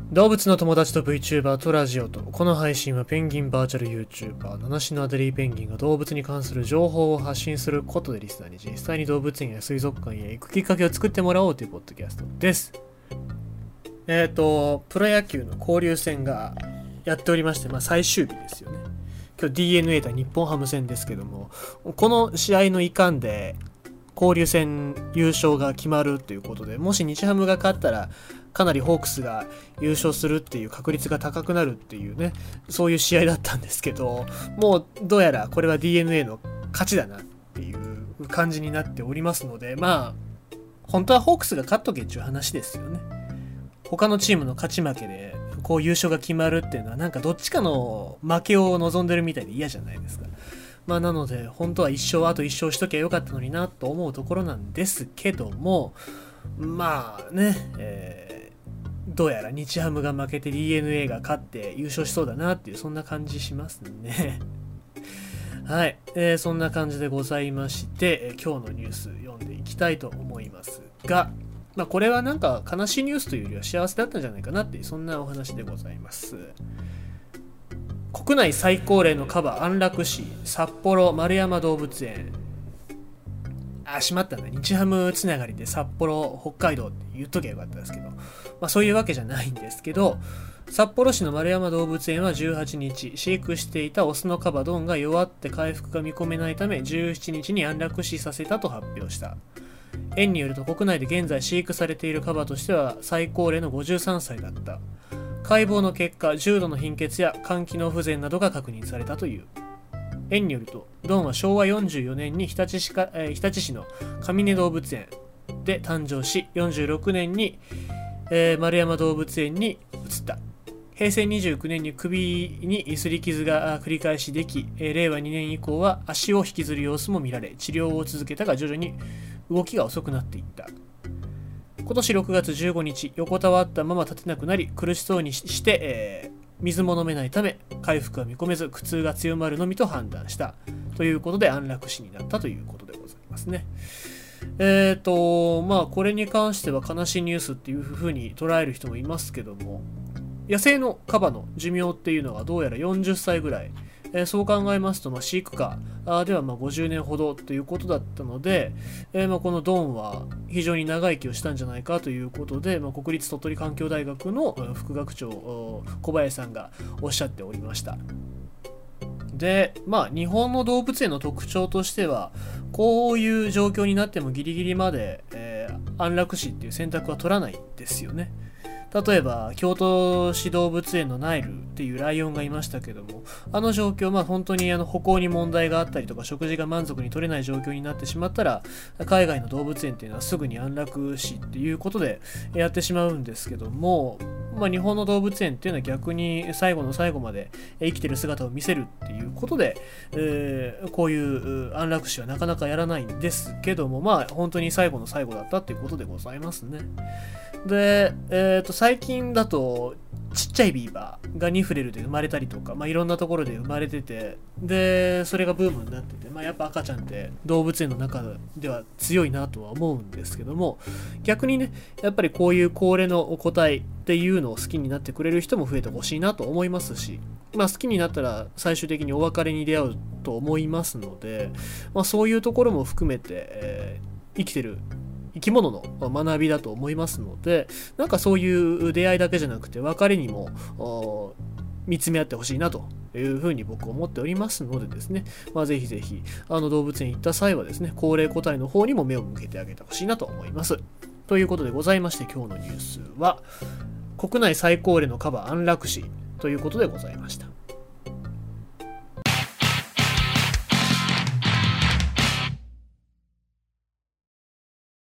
動物の友達と VTuber とラジオと、この配信はペンギンバーチャル YouTuber、七種のアデリーペンギンが動物に関する情報を発信することでリスナーに実際に動物園や水族館へ行くきっかけを作ってもらおうというポッドキャストです。プロ野球の交流戦がやっておりまして、最終日ですよね。今日 DNA 対日本ハム戦ですけども、この試合の一環で交流戦優勝が決まるということで、もし日ハムが勝ったらかなりホークスが優勝するっていう確率が高くなるっていうね、そういう試合だったんですけど、もうどうやらこれは DNA の勝ちだなっていう感じになっておりますので、本当はホークスが勝っとけっていう話ですよね。他のチームの勝ち負けでこう優勝が決まるっていうのはなんかどっちかの負けを望んでるみたいで嫌じゃないですか。なので本当はあと1勝しときゃよかったのになと思うところなんですけども、どうやら日ハムが負けて DNA が勝って優勝しそうだなっていうそんな感じしますね。はい、そんな感じでございまして、今日のニュース読んでいきたいと思いますが、これはなんか悲しいニュースというよりは幸せだったんじゃないかなっていうそんなお話でございます。国内最高齢のカバ安楽死、札幌丸山動物園。しまったな、日ハムつながりで札幌北海道って言っときゃよかったですけど、そういうわけじゃないんですけど、札幌市の丸山動物園は18日、飼育していたオスのカバドンが弱って回復が見込めないため17日に安楽死させたと発表した。園によると国内で現在飼育されているカバとしては最高齢の53歳だった。解剖の結果、重度の貧血や肝機能不全などが確認されたという。園によると、ドンは昭和44年に日立市の上根動物園で誕生し、46年に、丸山動物園に移った。平成29年に首に擦り傷が繰り返しでき、令和2年以降は足を引きずる様子も見られ、治療を続けたが徐々に動きが遅くなっていった。今年6月15日、横たわったまま立てなくなり、苦しそうにして、水も飲めないため回復は見込めず苦痛が強まるのみと判断したということで安楽死になったということでございますね。これに関しては悲しいニュースっていう風に捉える人もいますけども、野生のカバの寿命っていうのはどうやら40歳ぐらい、そう考えますと、飼育下では50年ほどということだったので、このドンは非常に長生きをしたんじゃないかということで、国立鳥取環境大学の副学長小林さんがおっしゃっておりました。で、日本の動物園の特徴としてはこういう状況になってもギリギリまで、安楽死っていう選択は取らないんですよね。例えば京都市動物園のナイルっていうライオンがいましたけども、あの状況、本当に歩行に問題があったりとか食事が満足に取れない状況になってしまったら、海外の動物園っていうのはすぐに安楽死っていうことでやってしまうんですけども、日本の動物園っていうのは逆に最後の最後まで生きてる姿を見せるっていうことで、こういう安楽死はなかなかやらないんですけども、本当に最後の最後だったっていうことでございますね。で、最近だとちっちゃいビーバーがニフレルで生まれたりとか、いろんなところで生まれてて、でそれがブームになってて、やっぱ赤ちゃんって動物園の中では強いなとは思うんですけども、逆にね、やっぱりこういう高齢の個体っていうのを好きになってくれる人も増えてほしいなと思いますし、好きになったら最終的にお別れに出会うと思いますので、そういうところも含めて、生きてる生き物の学びだと思いますので、なんかそういう出会いだけじゃなくて別れにも見つめ合ってほしいなというふうに僕は思っておりますのでですね、ぜひぜひ動物園行った際はですね、高齢個体の方にも目を向けてあげてほしいなと思います。ということでございまして、今日のニュースは国内最高齢のカバ安楽死ということでございました。